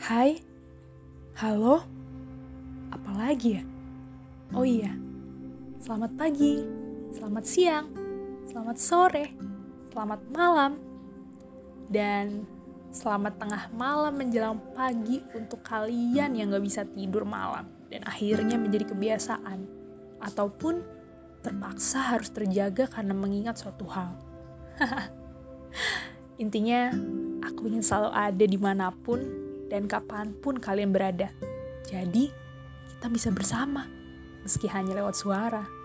Hai, halo, apa lagi ya? Oh iya, selamat pagi, selamat siang, selamat sore, selamat malam, dan selamat tengah malam menjelang pagi untuk kalian yang gak bisa tidur malam dan akhirnya menjadi kebiasaan ataupun terpaksa harus terjaga karena mengingat suatu hal. Intinya, aku ingin selalu ada dimanapun dan kapanpun kalian berada. Jadi, kita bisa bersama, meski hanya lewat suara.